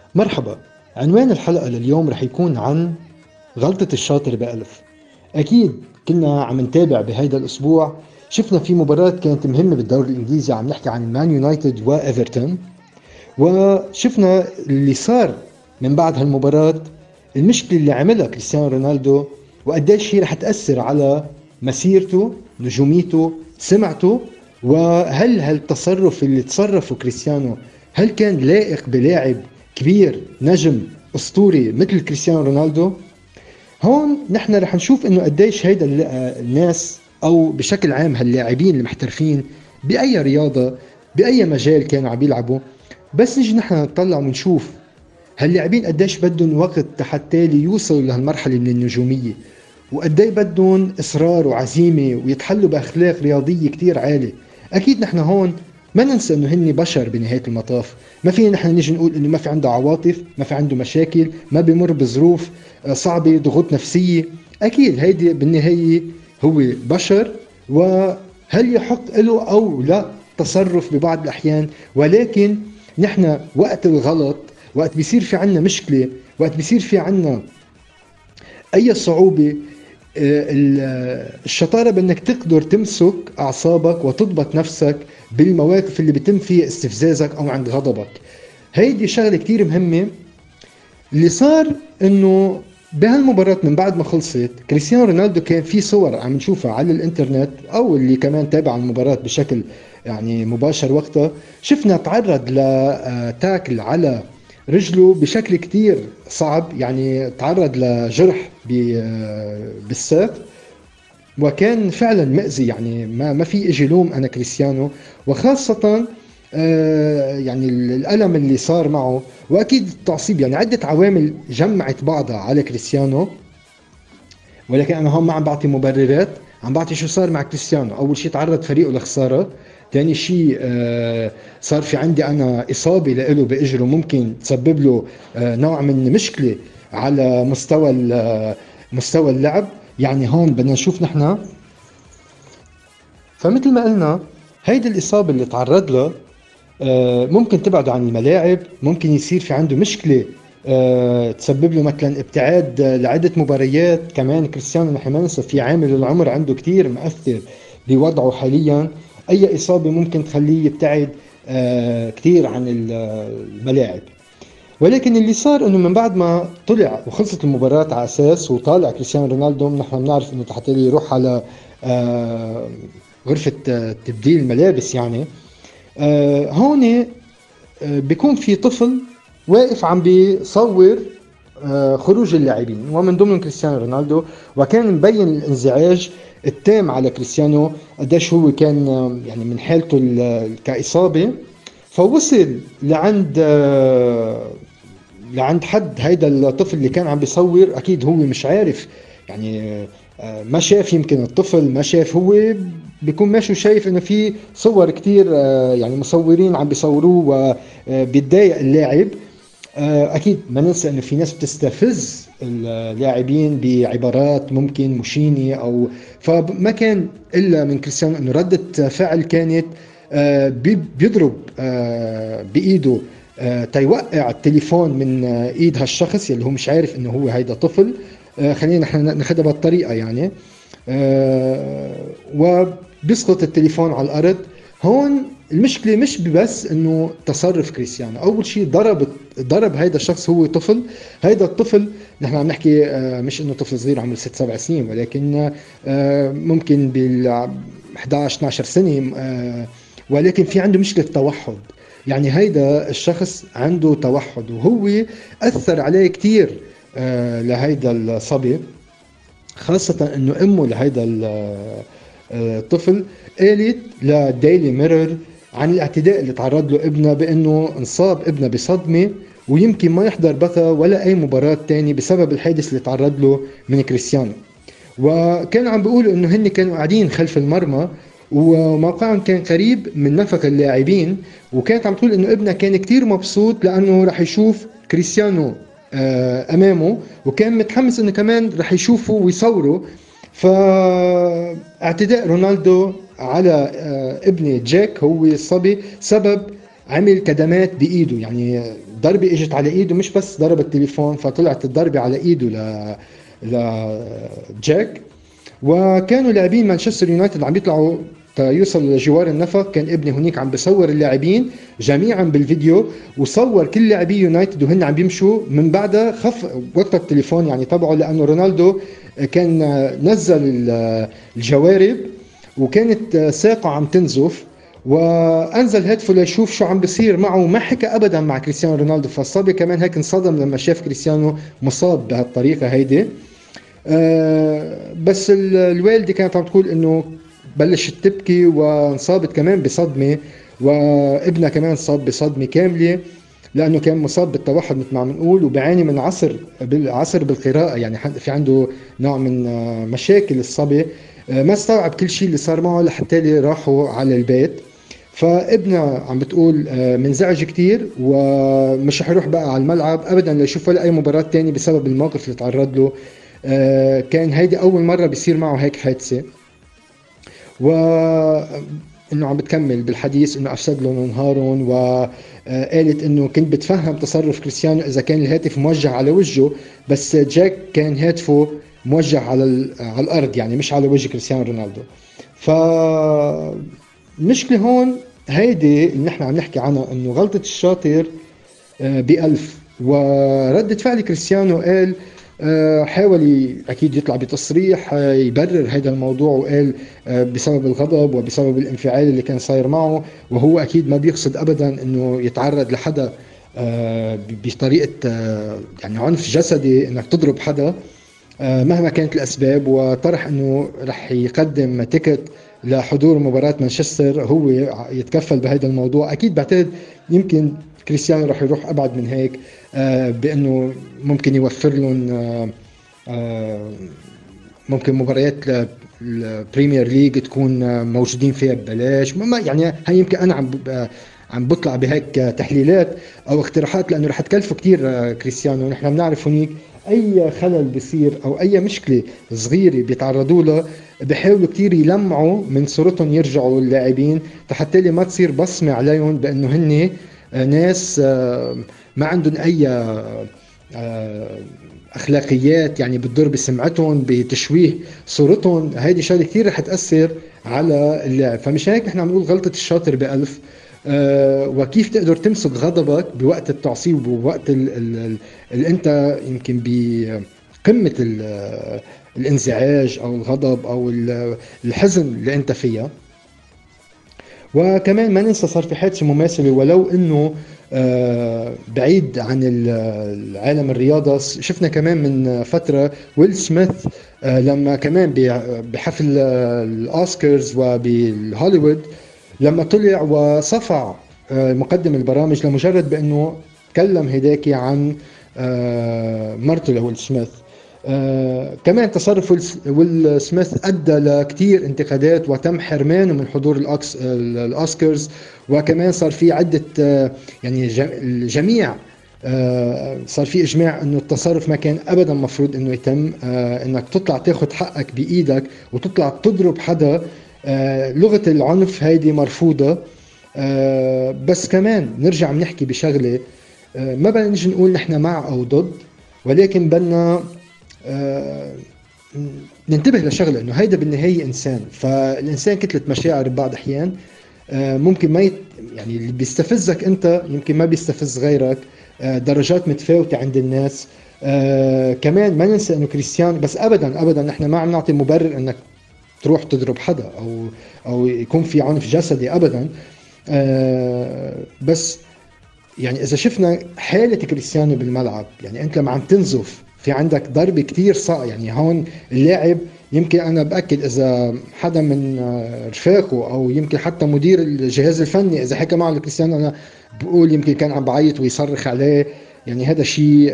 مرحبا. عنوان الحلقة لليوم رح يكون عن غلطة الشاطر بألف. أكيد كنا عم نتابع بهيدا الأسبوع، شفنا في مباراة كانت مهمة بالدوري الإنجليزي، عم نحكي عن مان يونايتد وإيفرتون، وشفنا اللي صار من بعد هالمباراة، المشكلة اللي عملها كريستيانو رونالدو وقديش هي رح تأثر على مسيرته، نجوميته، سمعته. وهل هالتصرف اللي تصرفه كريستيانو هل كان لائق بلاعب كبير نجم أسطوري مثل كريستيانو رونالدو؟ هون نحن رح نشوف انه قديش هيدا الناس او بشكل عام هاللاعبين المحترفين باي رياضة باي مجال كانوا عم يلعبوا، بس نيجي نحن نطلع ونشوف هاللاعبين قديش بدهم وقت حتى يوصلوا لهالمرحلة من النجومية، وقديش بدهم إصرار وعزيمة ويتحلوا بأخلاق رياضية كتير عالية. أكيد نحن هون ما ننسى إنه هن بشر بنهاية المطاف، ما فينا نحن نيجي نقول إنه ما في عنده عواطف، ما في عنده مشاكل، ما بيمر بظروف صعبة، ضغوط نفسية. أكيد هيدي بالنهاية هو بشر، وهل يحق له أو لا تصرف ببعض الأحيان، ولكن نحن وقت الغلط، وقت بيصير في عنا مشكلة، وقت بيصير في عنا أي صعوبة، الشطارة بأنك تقدر تمسك أعصابك وتضبط نفسك بالمواقف اللي بيتم فيها استفزازك أو عند غضبك. هيدي شغلة كتير مهمة. اللي صار انه بهالمباراة من بعد ما خلصت، كريستيانو رونالدو كان في صور عم نشوفها على الانترنت، او اللي كمان تابع المباراة بشكل يعني مباشر وقتها، شفنا تعرض لتاكل على رجله بشكل كتير صعب، يعني تعرض لجرح بالساق، وكان فعلا مأذي. يعني ما في اجي لوم انا كريستيانو، وخاصة يعني الألم اللي صار معه، وأكيد التعصيب، يعني عدة عوامل جمعت بعضها على كريستيانو. ولكن أنا هون ما عم بعطي مبررات، عم بعطي شو صار مع كريستيانو. أول شيء تعرض فريقه لخسارة، ثاني شيء صار في عندي أنا إصابة له بإجره ممكن تسبب له نوع من مشكلة على مستوى اللعب. يعني هون بدنا نشوف نحن، فمثل ما قلنا هيدي الإصابة اللي تعرض له ممكن تبعده عن الملاعب، ممكن يصير في عنده مشكلة تسبب له مثلا ابتعاد لعدة مباريات. كمان كريستيانو نحن ما ننسى في عامل العمر عنده كتير مؤثر بوضعه حاليا. أي إصابة ممكن تخليه يبتعد كتير عن الملاعب. ولكن اللي صار انه من بعد ما طلع وخلصت المباراة على اساس وطالع كريستيانو رونالدو، نحن بنعرف انه حتى يروح على غرفة تبديل الملابس يعني، هون بيكون في طفل واقف عم بيصور خروج اللاعبين ومن ضمنهم كريستيانو رونالدو، وكان مبين الانزعاج التام على كريستيانو قديش هو كان يعني من حالته كإصابة. فوصل لعند حد هيدا الطفل اللي كان عم بيصور. اكيد هو مش عارف يعني ما شاف، يمكن الطفل ما شاف، هو بيكون ماشي وشايف انه في صور كتير يعني مصورين عم بيصوروه وبيتضايق اللاعب. اكيد ما ننسى انه في ناس بتستفز اللاعبين بعبارات ممكن مشينه، او فما كان الا من كريستيانو انه ردة فعل كانت بيضرب بايده تيوقع التليفون من ايد هالشخص اللي هو مش عارف انه هو هيدا طفل. خلينا نحن ناخذها بالطريقه يعني. وبيسقط التليفون على الارض. هون المشكله مش بس انه تصرف كريستيانو، اول شيء ضرب هيدا الشخص، هو طفل. هيدا الطفل نحن عم نحكي مش انه طفل صغير عمره 6 7 سنين، ولكن ممكن بال 11 12 سنه، ولكن في عنده مشكله توحد. يعني هيدا الشخص عنده توحد، وهو اثر عليه كثير لهيدا الصبي. خاصة انه امه لهيدا الطفل قالت لديلي ميرور عن الاعتداء اللي تعرض له ابنها، بانه انصاب ابنها بصدمة ويمكن ما يحضر بثا ولا اي مباراة تاني بسبب الحادث اللي تعرض له من كريستيانو. وكانوا عم بيقولوا انه هن كانوا قاعدين خلف المرمى، وموقعهم كان قريب من نفق اللاعبين، وكانت عم تقول انه ابنها كان كتير مبسوط لانه رح يشوف كريستيانو امامه، وكان متحمس انه كمان رح يشوفه ويصوره. فاعتداء رونالدو على ابن جاك هو الصبي سبب عمل كدمات بايده، يعني الضربة اجت على ايده، مش بس ضرب التليفون، فطلعت الضربة على ايده لجاك. وكانوا لاعبين مانشستر يونايتد عم بيطلعوا يوصلوا لجوار النفق، كان ابني هنيك عم بصور اللاعبين جميعا بالفيديو، وصور كل لاعبي يونايتد وهن عم بيمشوا. من بعدها خف وقت التليفون يعني تبعه، لانه رونالدو كان نزل الجوارب وكانت ساقه عم تنزف، وانزل هاتفه ليشوف شو عم بيصير معه، وما حكى ابدا مع كريستيانو رونالدو. فالصبي كمان هيك انصدم لما شاف كريستيانو مصاب بهالطريقه هيدي. بس الوالدة كانت عم تقول انه بلشت تبكي وانصابت كمان بصدمة، وابنها كمان صاب بصدمة كاملة، لانه كان مصاب بالتوحد مثل ما عم نقول، وبعاني من عسر بالقراءة، يعني في عنده نوع من مشاكل الصبي. ما استوعب كل شيء اللي صار معه لحتى راحوا على البيت. فابنها عم بتقول منزعج كتير ومش رح يروح بقى على الملعب ابدا ليشوف ولا اي مباراة تانية بسبب الموقف اللي تعرض له. كان هيدي أول مرة بيصير معه هيك حادثة. وإنه عم بتكمل بالحديث إنه أفسد لهم نهارهم، وقالت إنه كنت بتفهم تصرف كريستيانو إذا كان الهاتف موجه على وجهه، بس جاك كان هاتفه موجه على الأرض، يعني مش على وجه كريستيانو رونالدو. فمشكلة هون هيدي اللي نحن عم نحكي عنها، إنه غلطة الشاطر بألف. وردة فعل كريستيانو قال حاول أكيد يطلع بتصريح يبرر هذا الموضوع، وقال بسبب الغضب وبسبب الانفعال اللي كان صاير معه، وهو أكيد ما بيقصد أبدا أنه يتعرض لحدا بطريقة يعني عنف جسدي، أنك تضرب حدا مهما كانت الأسباب. وطرح أنه رح يقدم تيكت لحضور مباراة مانشستر، هو يتكفل بهذا الموضوع. أكيد بعتقد يمكن كريستيانو رح يروح أبعد من هيك، بأنه ممكن يوفر لهم ممكن مباريات البريمير ليج تكون موجودين فيها ببلاش. ما يعني هي يمكن أنا عم بطلع بهيك تحليلات أو اقتراحات، لأنه رح تكلفه كتير كريستيانو. نحن بنعرف هنيك أي خلل بيصير أو أي مشكلة صغيرة بيتعرضوا لها بحاولوا كتير يلمعوا من صورتهم يرجعوا اللاعبين، حتى ما تصير بصمة عليهم بأنه هن ناس ما عندهم أي أخلاقيات، يعني بتضر بسمعتهم بتشويه صورتهم. هيدي شغلة كتير رح تأثر على اللاعب. فمش هيك نحن عم نقول غلطة الشاطر بألف. وكيف تقدر تمسك غضبك بوقت التعصيب ووقت اللي انت يمكن بقمة الانزعاج او الغضب او الحزن اللي انت فيها. وكمان ما ننسى صار في حادثة مماثلة، ولو انه بعيد عن العالم الرياضة. شفنا كمان من فترة ويل سميث لما كمان بحفل الأوسكارز وبالهوليوود، لما طلع وصفع مقدم البرامج لمجرد بأنه تكلم هداكي عن مرته لويل سميث. كمان تصرف ويل سميث أدى لكتير انتقادات وتم حرمانه من حضور الأوسكارز. وكمان صار في عدة يعني الجميع صار في إجماع أنه التصرف ما كان أبدا مفروض أنه يتم، أنك تطلع تاخد حقك بإيدك وتطلع تضرب حدا. لغة العنف هيدي مرفوضة. بس كمان نرجع بنحكي بشغلة، ما بدنا نجي نقول نحن مع أو ضد، ولكن بدنا ننتبه لشغله انه هيدا بالنهايه انسان. فالانسان كتله مشاعر ببعض احيان. ممكن ما يعني اللي بيستفزك انت يمكن ما بيستفز غيرك. درجات متفاوته عند الناس. كمان ما ننسى انه كريستيانو، بس ابدا ابدا نحن ما عم نعطي مبرر انك تروح تضرب حدا او يكون في عنف جسدي ابدا. بس يعني اذا شفنا حالة كريستيانو بالملعب، يعني انت لما عم تنزف في عندك ضربة كتير صعبة، يعني هون اللاعب يمكن انا باكد اذا حدا من رفاقه او يمكن حتى مدير الجهاز الفني اذا حكى معه كريستيانو، انا بقول يمكن كان عم بعيط ويصرخ عليه. يعني هذا شيء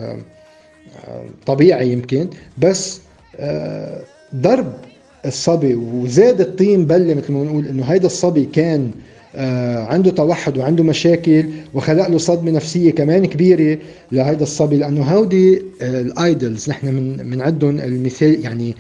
طبيعي يمكن. بس ضرب الصبي وزاد الطين بلة مثل ما بنقول انه هيدا الصبي كان عنده توحد وعنده مشاكل، وخلق له صدمة نفسية كمان كبيرة لهيدا الصبي. لأنه هودي الايدلز نحن من عندهم المثال، يعني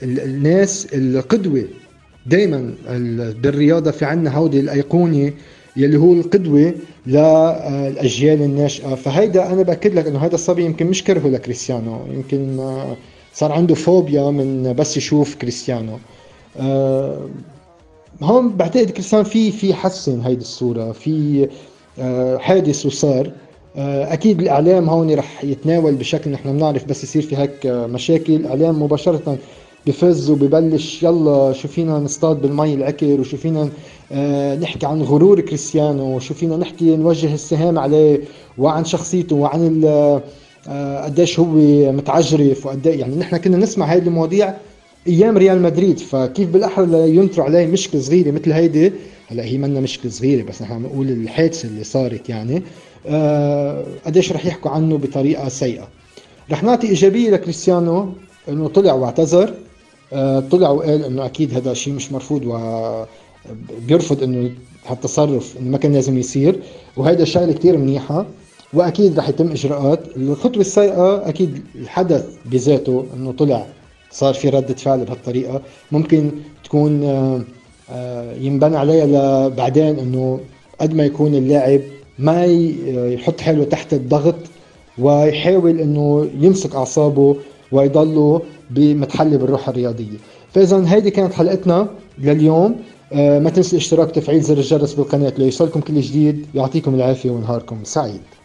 الناس القدوة دايما بالرياضة في عنا هودي الأيقونة يلي هو القدوة للأجيال الناشئة. فهيدا أنا بأكد لك إنه هذا الصبي يمكن مش كرهه لكريستيانو، يمكن صار عنده فوبيا من بس يشوف كريستيانو. آه، هون بعتقد كريستيانو في حسن هيدي الصورة، في حادث وصار. اكيد الاعلام هون رح يتناول بشكل، نحن بنعرف بس يصير في هيك مشاكل الاعلام مباشره بفز وببلش يلا شو فينا نصطاد بالمي العكر، وشو فينا نحكي عن غرور كريستيانو، وشو فينا نحكي نوجه السهام عليه وعن شخصيته وعن قديش هو متعجرف وقد يعني نحن كنا نسمع هذه المواضيع ايام ريال مدريد. فكيف بالاحرى ينطروا عليه مشكله صغيره مثل هيدي؟ هلا هي منا مشكله صغيره، بس نحن عم نقول الحادثه اللي صارت يعني قديش رح يحكوا عنه بطريقه سيئه. رح نعطي ايجابيه لكريستيانو انه طلع واعتذر. طلع وقال انه اكيد هذا شيء مش مرفوض، وبيرفض انه هالتصرف انه ما كان لازم يصير، وهيدا شغله كتير منيحه. واكيد رح يتم اجراءات. الخطوه السيئه اكيد الحدث بذاته انه طلع صار في ردة فعل بهالطريقة، ممكن تكون ينبنى عليها بعدين انه قد ما يكون اللاعب ما يحط حاله تحت الضغط، ويحاول انه يمسك اعصابه ويضله بمتحلي بالروح الرياضية. فاذا هيدي كانت حلقتنا لليوم. ما تنسوا الاشتراك وتفعيل زر الجرس بالقناة ليوصلكم كل جديد. يعطيكم العافية ونهاركم سعيد.